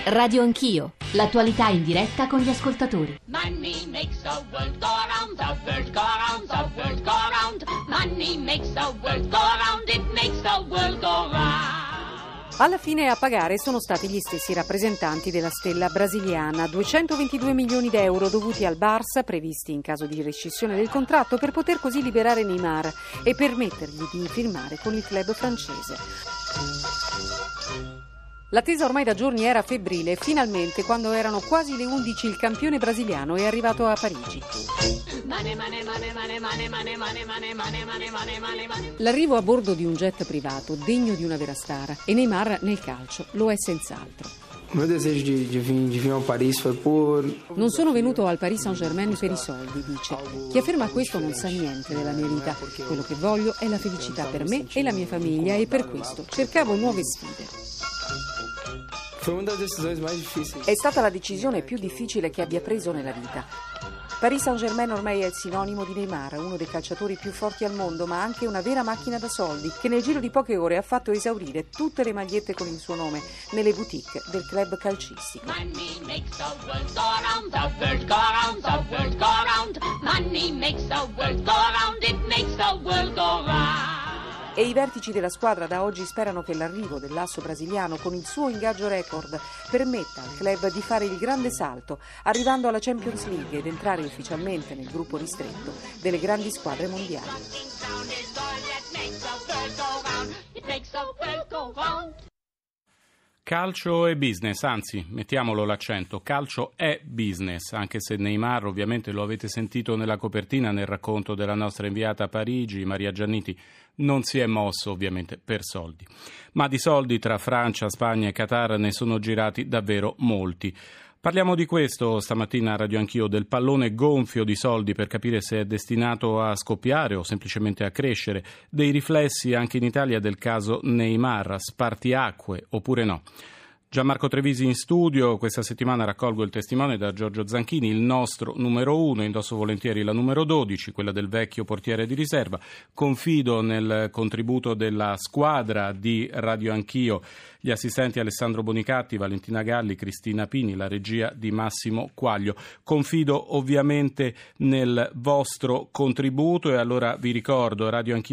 Radio Anch'io, l'attualità in diretta con gli ascoltatori. Money makes the world go round, the world go round, the world go round. Money makes the world go round, it makes the world go round. Alla fine a pagare sono stati gli stessi rappresentanti della stella brasiliana, 222 milioni di euro dovuti al Barça, previsti in caso di rescissione del contratto, per poter così liberare Neymar e permettergli di firmare con il club francese. L'attesa ormai da giorni era febbrile e finalmente, quando erano quasi le 11, il campione brasiliano è arrivato a Parigi. L'arrivo a bordo di un jet privato degno di una vera star, e Neymar nel calcio lo è senz'altro. Il mio desejo di venire a Parigi foi por... Non sono venuto al Paris Saint-Germain per i soldi, dice. Chi afferma questo non sa niente della mia vita. Quello che voglio è la felicità per me e la mia famiglia, e per questo cercavo nuove sfide. È stata la decisione più difficile che abbia preso nella vita. Paris Saint-Germain ormai è il sinonimo di Neymar, uno dei calciatori più forti al mondo, ma anche una vera macchina da soldi, che nel giro di poche ore ha fatto esaurire tutte le magliette con il suo nome nelle boutique del club calcistico. Money makes the world go round, the world go round, the world go round. Money makes the world go round, it makes the world go round. E i vertici della squadra da oggi sperano che l'arrivo dell'asso brasiliano, con il suo ingaggio record, permetta al club di fare il grande salto, arrivando alla Champions League ed entrare ufficialmente nel gruppo ristretto delle grandi squadre mondiali. Calcio e business, anzi, mettiamolo l'accento, calcio è business, anche se Neymar, ovviamente lo avete sentito nella copertina, nel racconto della nostra inviata a Parigi, Maria Gianniti, non si è mosso ovviamente per soldi. Ma di soldi tra Francia, Spagna e Qatar ne sono girati davvero molti. Parliamo di questo stamattina a Radio Anch'io, del pallone gonfio di soldi, per capire se è destinato a scoppiare o semplicemente a crescere, dei riflessi anche in Italia del caso Neymar, spartiacque oppure no. Gianmarco Trevisi in studio, questa settimana raccolgo il testimone da Giorgio Zanchini, il nostro numero 1, indosso volentieri la numero 12, quella del vecchio portiere di riserva. Confido nel contributo della squadra di Radio Anch'io, gli assistenti Alessandro Bonicatti, Valentina Galli, Cristina Pini, la regia di Massimo Quaglio. Confido ovviamente nel vostro contributo e allora vi ricordo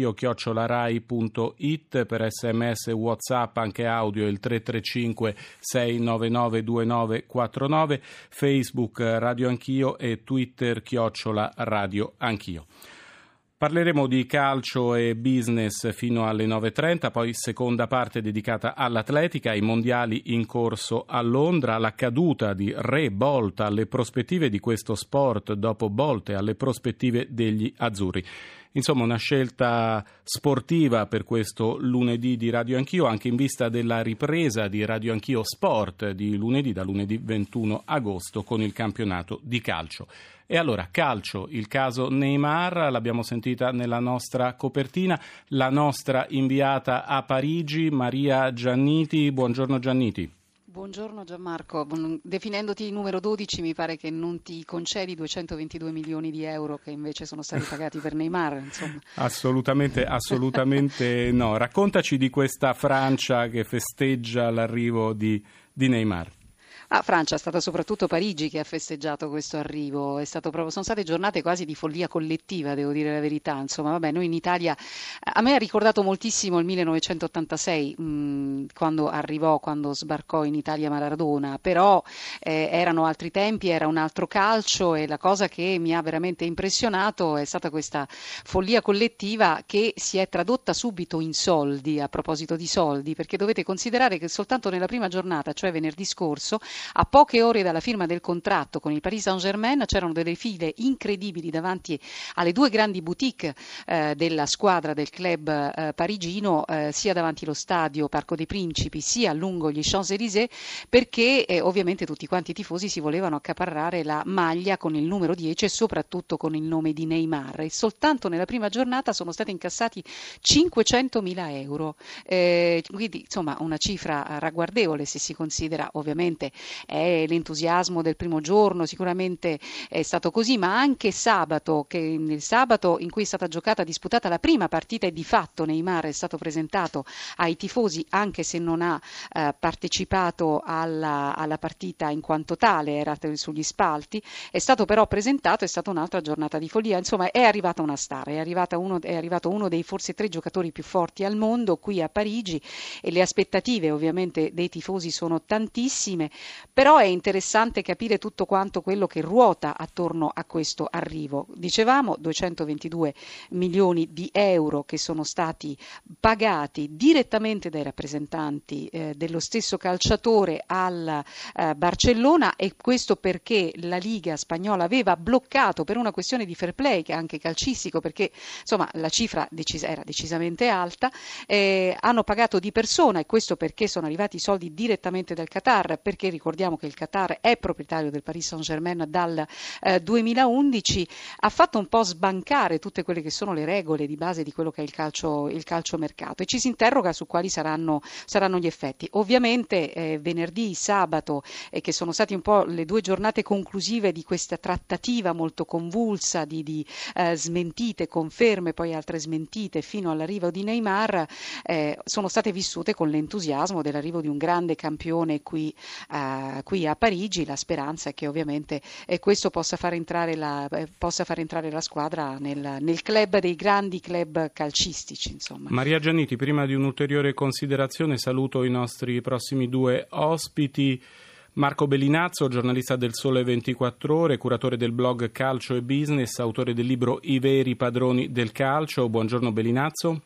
radioanchio@rai.it, per SMS, WhatsApp, anche audio, il 335 699 2949, Facebook Radio Anch'io e Twitter @Radio Anch'io. Parleremo di calcio e business fino alle 9.30, poi seconda parte dedicata all'atletica, ai mondiali in corso a Londra, alla caduta di Re Bolt, alle prospettive di questo sport dopo Bolt e alle prospettive degli azzurri. Insomma, una scelta sportiva per questo lunedì di Radio Anch'io, anche in vista della ripresa di Radio Anch'io Sport di lunedì, da lunedì 21 agosto, con il campionato di calcio. E allora, calcio, il caso Neymar, l'abbiamo sentita nella nostra copertina, la nostra inviata a Parigi, Maria Gianniti. Buongiorno Gianniti. Buongiorno Gianmarco, definendoti numero 12 mi pare che non ti concedi 222 milioni di euro che invece sono stati pagati per Neymar, insomma. Assolutamente no. Raccontaci di questa Francia che festeggia l'arrivo di Neymar. Francia, è stata soprattutto Parigi che ha festeggiato questo arrivo, sono state giornate quasi di follia collettiva, devo dire la verità, insomma, noi in Italia, a me ha ricordato moltissimo il 1986, quando sbarcò in Italia Maradona, però erano altri tempi, era un altro calcio, e la cosa che mi ha veramente impressionato è stata questa follia collettiva che si è tradotta subito in soldi, a proposito di soldi, perché dovete considerare che soltanto nella prima giornata, cioè venerdì scorso, a poche ore dalla firma del contratto con il Paris Saint-Germain, c'erano delle file incredibili davanti alle due grandi boutique della squadra del club parigino, sia davanti allo stadio Parco dei Principi sia lungo gli Champs-Élysées, perché ovviamente tutti quanti i tifosi si volevano accaparrare la maglia con il numero 10 e soprattutto con il nome di Neymar, e soltanto nella prima giornata sono stati incassati 500.000 euro, quindi insomma una cifra ragguardevole se si considera ovviamente è l'entusiasmo del primo giorno, sicuramente è stato così, ma anche sabato, nel sabato in cui è stata disputata la prima partita e di fatto Neymar è stato presentato ai tifosi, anche se non ha partecipato alla partita in quanto tale, era sugli spalti, è stato però presentato, è stata un'altra giornata di follia, insomma è arrivata una star, è arrivato uno dei forse 3 giocatori più forti al mondo qui a Parigi e le aspettative ovviamente dei tifosi sono tantissime, però è interessante capire tutto quanto quello che ruota attorno a questo arrivo. Dicevamo 222 milioni di euro che sono stati pagati direttamente dai rappresentanti dello stesso calciatore al Barcellona, e questo perché la Liga spagnola aveva bloccato per una questione di fair play, che è anche calcistico, perché insomma la cifra era decisamente alta, hanno pagato di persona, e questo perché sono arrivati i soldi direttamente dal Qatar, perché ricordiamo che il Qatar è proprietario del Paris Saint-Germain dal 2011, ha fatto un po' sbancare tutte quelle che sono le regole di base di quello che è il calciomercato, e ci si interroga su quali saranno gli effetti. Ovviamente venerdì, sabato, che sono stati un po' le 2 giornate conclusive di questa trattativa molto convulsa di smentite, conferme, poi altre smentite fino all'arrivo di Neymar, sono state vissute con l'entusiasmo dell'arrivo di un grande campione qui a Parigi. La speranza è che ovviamente questo possa far entrare la squadra nel club dei grandi club calcistici, insomma. Maria Gianniti, prima di un'ulteriore considerazione saluto i nostri prossimi 2 ospiti. Marco Bellinazzo, giornalista del Sole 24 Ore, curatore del blog Calcio e Business, autore del libro I veri padroni del calcio. Buongiorno Bellinazzo.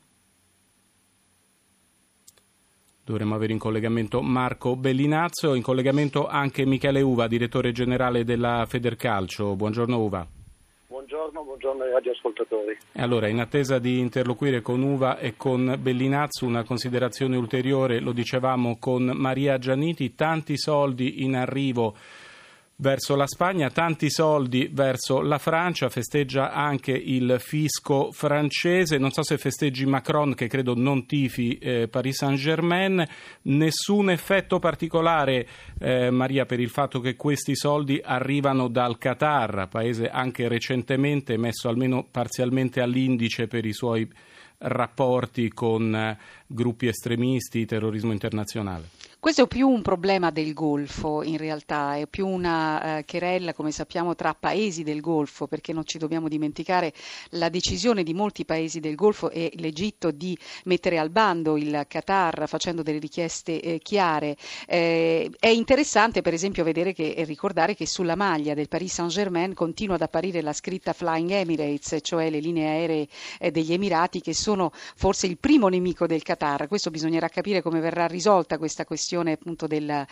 Dovremmo avere in collegamento Marco Bellinazzo, in collegamento anche Michele Uva, direttore generale della Federcalcio. Buongiorno Uva. Buongiorno ai radioascoltatori. Allora, in attesa di interloquire con Uva e con Bellinazzo, una considerazione ulteriore, lo dicevamo con Maria Gianniti, tanti soldi in arrivo verso la Spagna, tanti soldi verso la Francia, festeggia anche il fisco francese, non so se festeggi Macron, che credo non tifi Paris Saint-Germain. Nessun effetto particolare, Maria, per il fatto che questi soldi arrivano dal Qatar, paese anche recentemente messo almeno parzialmente all'indice per i suoi rapporti con gruppi estremisti, terrorismo internazionale. Questo è più un problema del Golfo, in realtà, è più una querella, come sappiamo, tra paesi del Golfo, perché non ci dobbiamo dimenticare la decisione di molti paesi del Golfo e l'Egitto di mettere al bando il Qatar facendo delle richieste chiare. È interessante, per esempio, ricordare che sulla maglia del Paris Saint-Germain continua ad apparire la scritta Flying Emirates, cioè le linee aeree degli Emirati, che sono forse il primo nemico del Qatar. Questo bisognerà capire come verrà risolta questa questione appunto della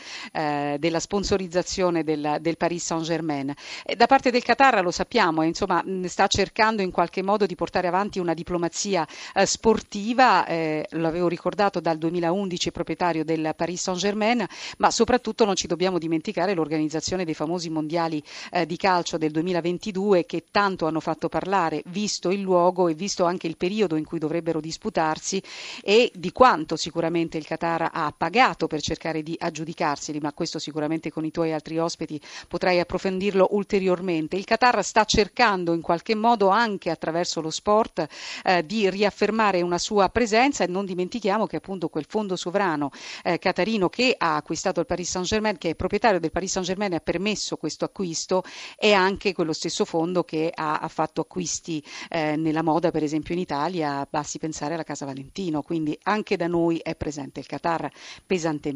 sponsorizzazione del Paris Saint-Germain. Da parte del Qatar, lo sappiamo, insomma, sta cercando in qualche modo di portare avanti una diplomazia sportiva, l'avevo ricordato, dal 2011 proprietario del Paris Saint-Germain, ma soprattutto non ci dobbiamo dimenticare l'organizzazione dei famosi mondiali di calcio del 2022, che tanto hanno fatto parlare, visto il luogo e visto anche il periodo in cui dovrebbero disputarsi, e di quanto sicuramente il Qatar ha pagato per cercare di aggiudicarseli, ma questo sicuramente con i tuoi altri ospiti potrai approfondirlo ulteriormente. Il Qatar sta cercando in qualche modo, anche attraverso lo sport, di riaffermare una sua presenza, e non dimentichiamo che appunto quel fondo sovrano qatarino che ha acquistato il Paris Saint-Germain, che è proprietario del Paris Saint-Germain e ha permesso questo acquisto, è anche quello stesso fondo che ha fatto acquisti nella moda, per esempio in Italia, basti pensare alla Casa Valentino, quindi anche da noi è presente il Qatar pesantemente.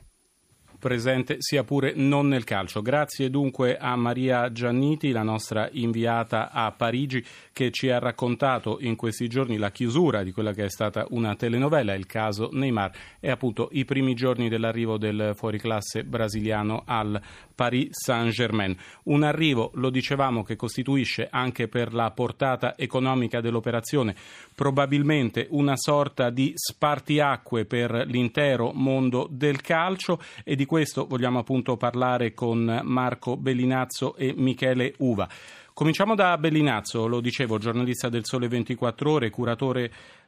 Presente sia pure non nel calcio. Grazie dunque a Maria Gianniti, la nostra inviata a Parigi, che ci ha raccontato in questi giorni la chiusura di quella che è stata una telenovela, il caso Neymar, e appunto i primi giorni dell'arrivo del fuoriclasse brasiliano al Paris Saint-Germain. Un arrivo, lo dicevamo, che costituisce anche per la portata economica dell'operazione probabilmente una sorta di spartiacque per l'intero mondo del calcio, e di questo vogliamo appunto parlare con Marco Bellinazzo e Michele Uva. Cominciamo da Bellinazzo, lo dicevo, giornalista del Sole 24 Ore, curatore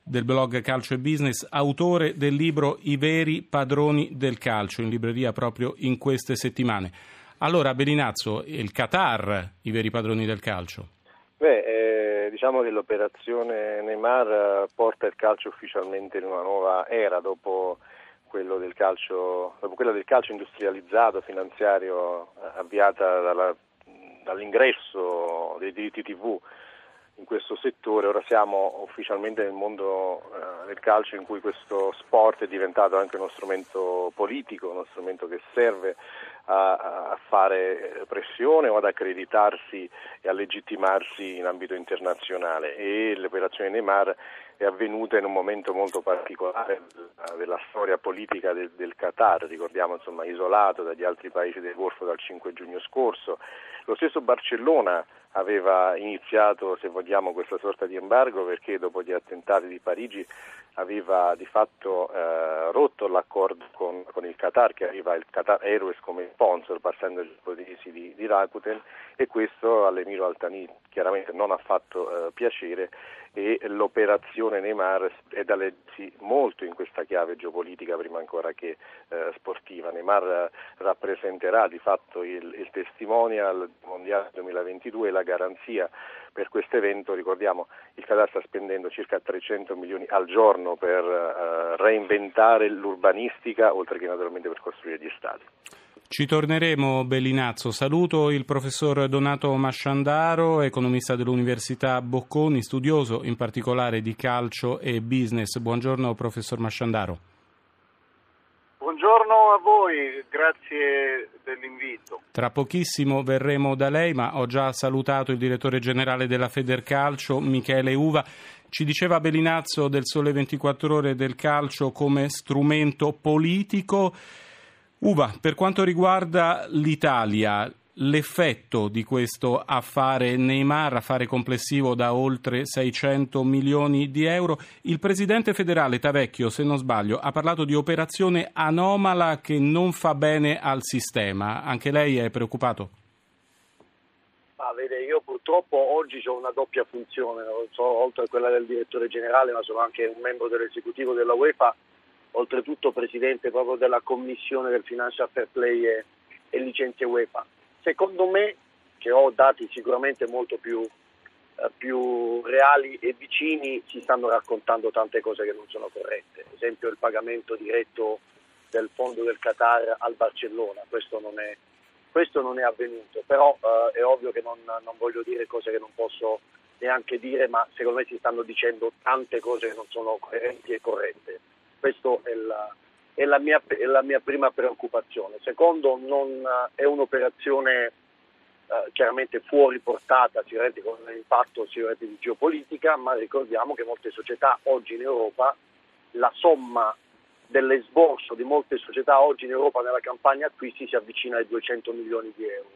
del blog Calcio e Business, autore del libro I veri padroni del calcio, in libreria proprio in queste settimane. Allora, Bellinazzo, il Qatar, i veri padroni del calcio? Diciamo che l'operazione Neymar porta il calcio ufficialmente in una nuova era dopo quella del calcio industrializzato, finanziario, avviata dall'ingresso dei diritti TV in questo settore. Ora siamo ufficialmente nel mondo del calcio in cui questo sport è diventato anche uno strumento politico, uno strumento che serve a fare pressione o ad accreditarsi e a legittimarsi in ambito internazionale, e l'operazione Neymar è avvenuta in un momento molto particolare della storia politica del Qatar, ricordiamo, isolato dagli altri paesi del Golfo dal 5 giugno scorso. Lo stesso Barcellona aveva iniziato, se vogliamo, questa sorta di embargo perché dopo gli attentati di Parigi aveva di fatto rotto l'accordo con il Qatar, che aveva il Qatar Airways come sponsor, passando gli ipotesi di Rakuten, e questo all'Emiro Al-Thani chiaramente non ha fatto piacere, e l'operazione Neymar è da leggersi molto in questa chiave geopolitica prima ancora che sportiva. Neymar rappresenterà di fatto il testimonial mondiale 2022 e la garanzia per questo evento. Ricordiamo, il Qatar sta spendendo circa 300 milioni al giorno per reinventare l'urbanistica, oltre che naturalmente per costruire gli stadi. Ci torneremo, Bellinazzo. Saluto il professor Donato Masciandaro, economista dell'Università Bocconi, studioso in particolare di calcio e business. Buongiorno, professor Masciandaro. Buongiorno a voi, grazie dell'invito. Tra pochissimo verremo da lei, ma ho già salutato il direttore generale della Federcalcio, Michele Uva. Ci diceva Bellinazzo del Sole 24 Ore del calcio come strumento politico. Uva, per quanto riguarda l'Italia, l'effetto di questo affare Neymar, affare complessivo da oltre 600 milioni di euro, il presidente federale Tavecchio, se non sbaglio, ha parlato di operazione anomala che non fa bene al sistema. Anche lei è preoccupato? Vede, io purtroppo oggi ho una doppia funzione, oltre a quella del direttore generale, ma sono anche un membro dell'esecutivo della UEFA, oltretutto presidente proprio della commissione del Financial Fair Play e licenze UEFA. Secondo me, che ho dati sicuramente molto più reali e vicini, si stanno raccontando tante cose che non sono corrette. Ad esempio il pagamento diretto del fondo del Qatar al Barcellona, questo non è avvenuto, però è ovvio che non voglio dire cose che non posso neanche dire, ma secondo me si stanno dicendo tante cose che non sono coerenti e corrette. Questa è la mia prima preoccupazione. Secondo, non è un'operazione chiaramente fuori portata, sicuramente con un impatto sicuramente di geopolitica, ma ricordiamo che molte società oggi in Europa, la somma dell'esborso di molte società oggi in Europa nella campagna acquisti si avvicina ai 200 milioni di euro.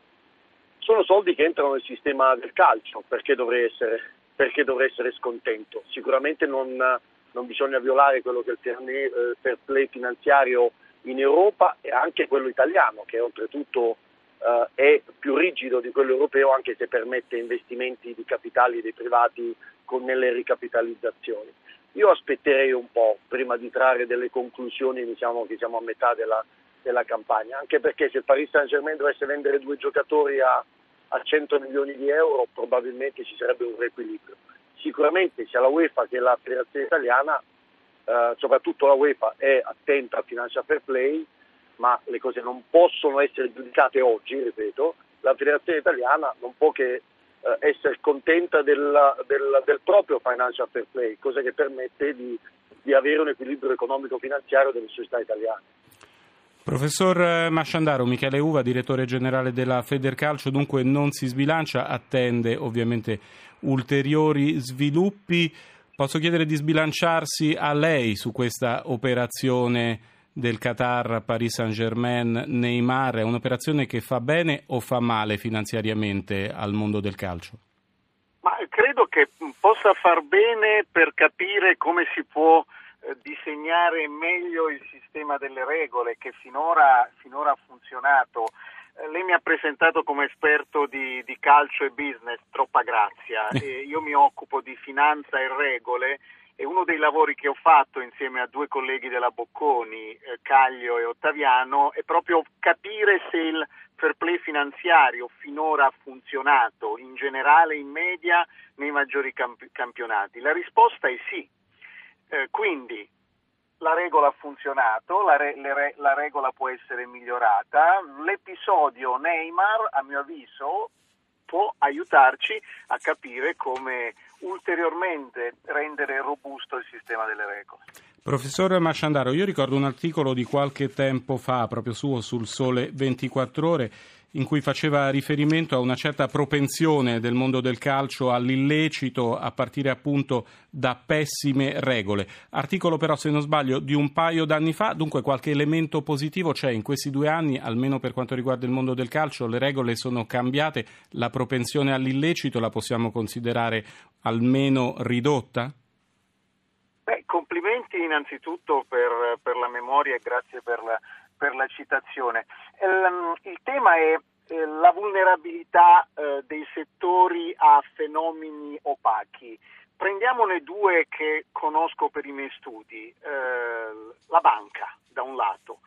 Sono soldi che entrano nel sistema del calcio, perché dovrei essere scontento. Sicuramente non bisogna violare quello che è il fair play finanziario in Europa e anche quello italiano, che oltretutto è più rigido di quello europeo, anche se permette investimenti di capitali dei privati nelle ricapitalizzazioni. Io aspetterei un po' prima di trarre delle conclusioni, diciamo che siamo a metà della campagna, anche perché se il Paris Saint-Germain dovesse vendere 2 giocatori a 100 milioni di euro, probabilmente ci sarebbe un riequilibrio. Sicuramente sia la UEFA che la Federazione Italiana, soprattutto la UEFA, è attenta al financial fair play, ma le cose non possono essere giudicate oggi, ripeto. La Federazione Italiana non può che essere contenta del proprio financial fair play, cosa che permette di avere un equilibrio economico-finanziario delle società italiane. Professor Masciandaro, Michele Uva, direttore generale della Federcalcio, dunque non si sbilancia, attende ovviamente ulteriori sviluppi. Posso chiedere di sbilanciarsi a lei su questa operazione del Qatar, Paris Saint-Germain, Neymar? È un'operazione che fa bene o fa male finanziariamente al mondo del calcio? Ma credo che possa far bene per capire come si può disegnare meglio il sistema delle regole che finora ha funzionato. Lei mi ha presentato come esperto di calcio e business, troppa grazia. Io mi occupo di finanza e regole e uno dei lavori che ho fatto insieme a due colleghi della Bocconi, Caglio e Ottaviano, è proprio capire se il fair play finanziario finora ha funzionato in generale, in media, nei maggiori campionati. La risposta è sì. Quindi la regola ha funzionato, la regola può essere migliorata. L'episodio Neymar, a mio avviso, può aiutarci a capire come ulteriormente rendere robusto il sistema delle regole. Professor Masciandaro, io ricordo un articolo di qualche tempo fa, proprio suo, sul Sole 24 Ore, in cui faceva riferimento a una certa propensione del mondo del calcio all'illecito a partire appunto da pessime regole. Articolo però, se non sbaglio, di un paio d'anni fa, dunque qualche elemento positivo c'è in questi 2 anni, almeno per quanto riguarda il mondo del calcio, le regole sono cambiate, la propensione all'illecito la possiamo considerare almeno ridotta? Complimenti innanzitutto per la memoria e grazie per la citazione. Il tema è la vulnerabilità dei settori a fenomeni opachi. Prendiamone 2 che conosco per i miei studi. La banca, da un lato,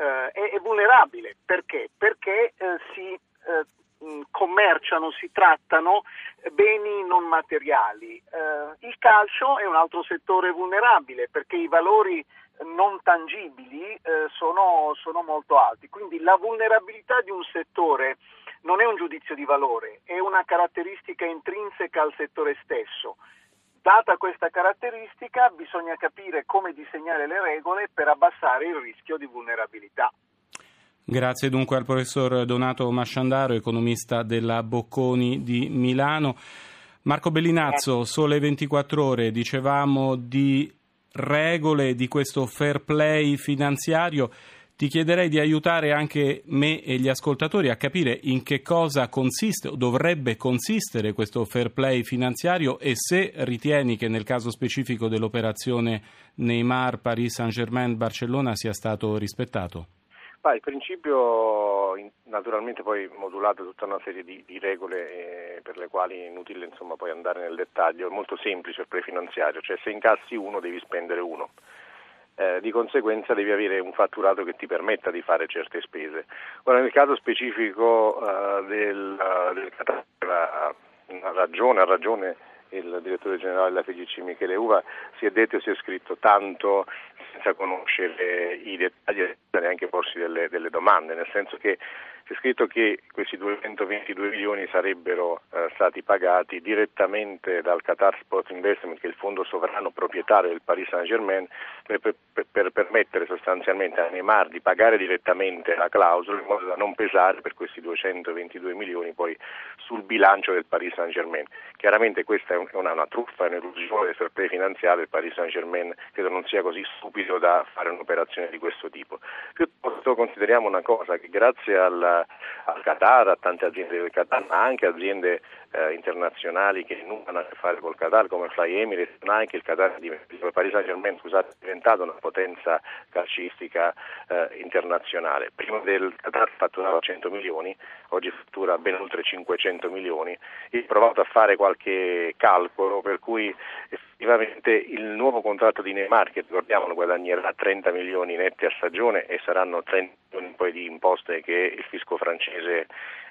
è vulnerabile. Perché? Perché si commerciano, si trattano beni non materiali. Il calcio è un altro settore vulnerabile perché i valori non tangibili sono molto alti, quindi la vulnerabilità di un settore non è un giudizio di valore, è una caratteristica intrinseca al settore stesso. Data questa caratteristica bisogna capire come disegnare le regole per abbassare il rischio di vulnerabilità. Grazie dunque al professor Donato Masciandaro, economista della Bocconi di Milano. Marco Bellinazzo, Sole 24 Ore, dicevamo di regole, di questo fair play finanziario. Ti chiederei di aiutare anche me e gli ascoltatori a capire in che cosa consiste o dovrebbe consistere questo fair play finanziario e se ritieni che nel caso specifico dell'operazione Neymar, Paris Saint-Germain-Barcellona sia stato rispettato. Il principio naturalmente poi modulato tutta una serie di regole per le quali è inutile poi andare nel dettaglio, è molto semplice il prefinanziario, cioè se incassi 1 devi spendere 1. Di conseguenza devi avere un fatturato che ti permetta di fare certe spese. Ora nel caso specifico del Qatar ha ragione il direttore generale della FIGC Michele Uva, si è detto e si è scritto tanto senza conoscere i dettagli e neanche porsi delle domande, nel senso che si è scritto che questi 222 milioni sarebbero stati pagati direttamente dal Qatar Sport Investment, che è il fondo sovrano proprietario del Paris Saint-Germain, per permettere sostanzialmente a Neymar di pagare direttamente la clausola in modo da non pesare per questi 222 milioni poi sul bilancio del Paris Saint-Germain. Chiaramente questa è una truffa, è un'illusione del fair play finanziario. Il Paris Saint-Germain credo non sia così stupido da fare un'operazione di questo tipo. Piuttosto consideriamo una cosa, che grazie al Qatar, a tante aziende del Qatar, ma anche aziende internazionali che nulla hanno a che fare col Qatar, come Fly Emirates, ma anche il Paris Saint-Germain è diventato una potenza calcistica internazionale. Prima del Qatar fatturava 100 milioni, oggi fattura ben oltre 500 milioni. Io ho provato a fare qualche calcolo per cui effettivamente il nuovo contratto di Neymar, che ricordiamolo guadagnerà 30 milioni netti a stagione e saranno 30 milioni poi di imposte che il fisco francese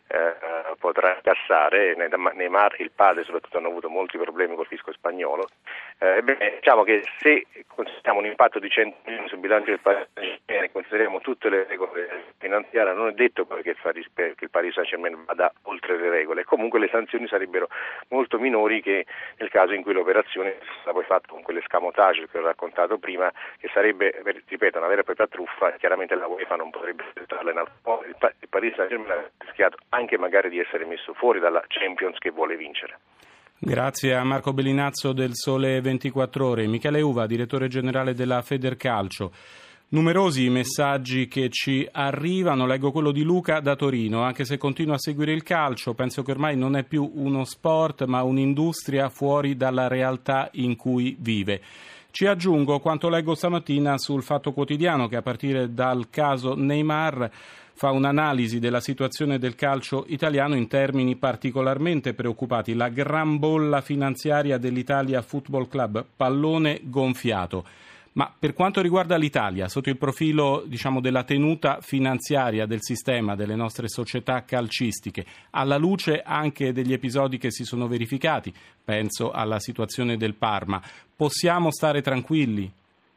potrà incassare. Neymar, il padre soprattutto, hanno avuto molti problemi col fisco spagnolo. Diciamo che se consideriamo un impatto di 100 milioni sul bilancio del Paris Saint-Germain e consideriamo tutte le regole finanziarie, non è detto poi che il Paris Saint-Germain vada oltre le regole. Comunque le sanzioni sarebbero molto minori che nel caso in cui l'operazione sia poi fatta con quell'escamotage che ho raccontato prima, che sarebbe, ripeto, una vera e propria truffa. Chiaramente la UEFA non potrebbe accettarla in altro modo. Il Paris Saint-Germain ha rischiato anche magari di essere messo fuori dalla Champions che vuole vincere. Grazie a Marco Bellinazzo del Sole 24 Ore. Michele Uva, direttore generale della Federcalcio. Numerosi i messaggi che ci arrivano, leggo quello di Luca da Torino. Anche se continuo a seguire il calcio, penso che ormai non è più uno sport ma un'industria fuori dalla realtà in cui vive. Ci aggiungo quanto leggo stamattina sul Fatto Quotidiano, che a partire dal caso Neymar fa un'analisi della situazione del calcio italiano in termini particolarmente preoccupati. La gran bolla finanziaria dell'Italia Football Club, pallone gonfiato. Ma per quanto riguarda l'Italia, sotto il profilo della tenuta finanziaria del sistema, delle nostre società calcistiche, alla luce anche degli episodi che si sono verificati, penso alla situazione del Parma, possiamo stare tranquilli?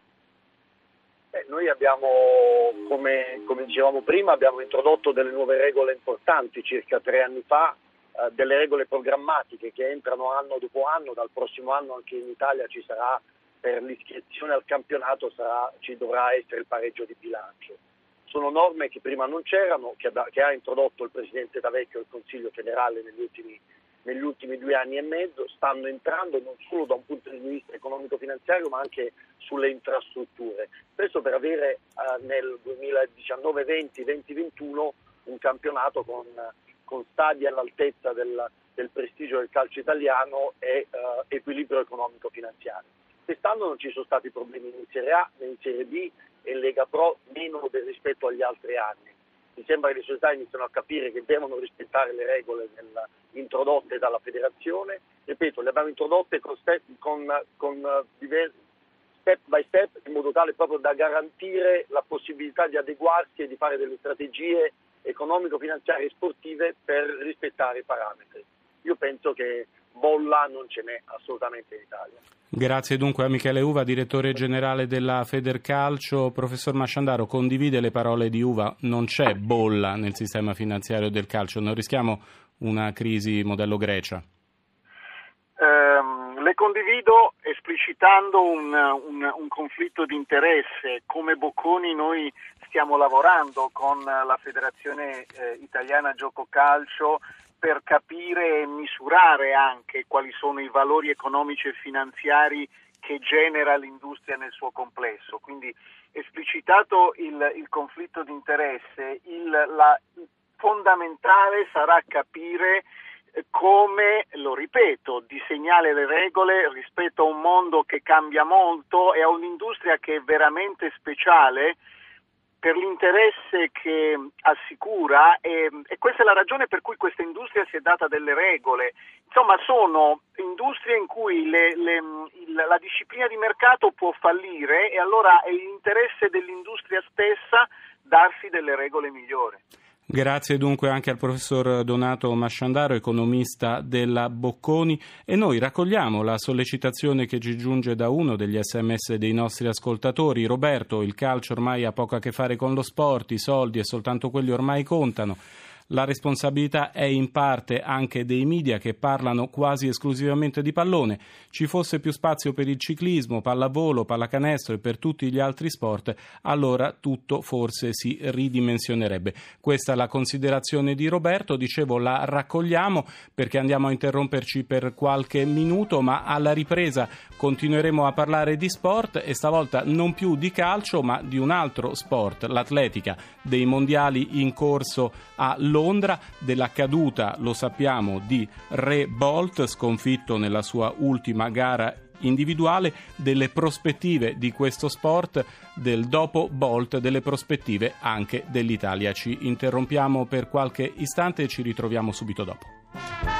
Noi abbiamo, come dicevamo prima, abbiamo introdotto delle nuove regole importanti circa 3 anni fa, delle regole programmatiche che entrano anno dopo anno. Dal prossimo anno anche in Italia ci sarà, per l'iscrizione al campionato ci dovrà essere il pareggio di bilancio. Sono norme che prima non c'erano, che ha introdotto il Presidente D'Avecchio e il Consiglio federale negli ultimi 2 anni e mezzo. Stanno entrando non solo da un punto di vista economico-finanziario ma anche sulle infrastrutture. Questo per avere nel 2019-20, 2021 un campionato con stadi all'altezza del prestigio del calcio italiano e equilibrio economico-finanziario. Quest'anno non ci sono stati problemi né in Serie A né in Serie B e in Lega Pro meno rispetto agli altri anni. Mi sembra che le società iniziano a capire che devono rispettare le regole introdotte dalla federazione. Ripeto, le abbiamo introdotte con step by step, in modo tale proprio da garantire la possibilità di adeguarsi e di fare delle strategie economico-finanziarie e sportive per rispettare i parametri. Io penso che bolla non ce n'è assolutamente in Italia. Grazie dunque a Michele Uva, direttore generale della Federcalcio. Professor Masciandaro, condivide le parole di Uva, non c'è bolla nel sistema finanziario del calcio, non rischiamo una crisi modello Grecia? Le condivido esplicitando un conflitto di interesse. Come Bocconi noi stiamo lavorando con la Federazione Italiana Gioco Calcio per capire e misurare anche quali sono i valori economici e finanziari che genera l'industria nel suo complesso. Quindi, esplicitato il conflitto di interesse, fondamentale sarà capire come, lo ripeto, disegnare le regole rispetto a un mondo che cambia molto e a un'industria che è veramente speciale per l'interesse che assicura, e questa è la ragione per cui questa industria si è data delle regole. Insomma, sono industrie in cui la disciplina di mercato può fallire e allora è l'interesse dell'industria stessa darsi delle regole migliori. Grazie dunque anche al professor Donato Masciandaro, economista della Bocconi, e noi raccogliamo la sollecitazione che ci giunge da uno degli SMS dei nostri ascoltatori. Roberto, il calcio ormai ha poco a che fare con lo sport, i soldi e soltanto quelli ormai contano. La responsabilità è in parte anche dei media che parlano quasi esclusivamente di pallone. Ci fosse più spazio per il ciclismo, pallavolo, pallacanestro e per tutti gli altri sport, allora tutto forse si ridimensionerebbe. Questa è la considerazione di Roberto, dicevo la raccogliamo perché andiamo a interromperci per qualche minuto, ma alla ripresa continueremo a parlare di sport e stavolta non più di calcio ma di un altro sport, l'atletica, dei mondiali in corso a Londra, della caduta, lo sappiamo, di Re Bolt, sconfitto nella sua ultima gara individuale, delle prospettive di questo sport, del dopo Bolt, delle prospettive anche dell'Italia. Ci interrompiamo per qualche istante e ci ritroviamo subito dopo.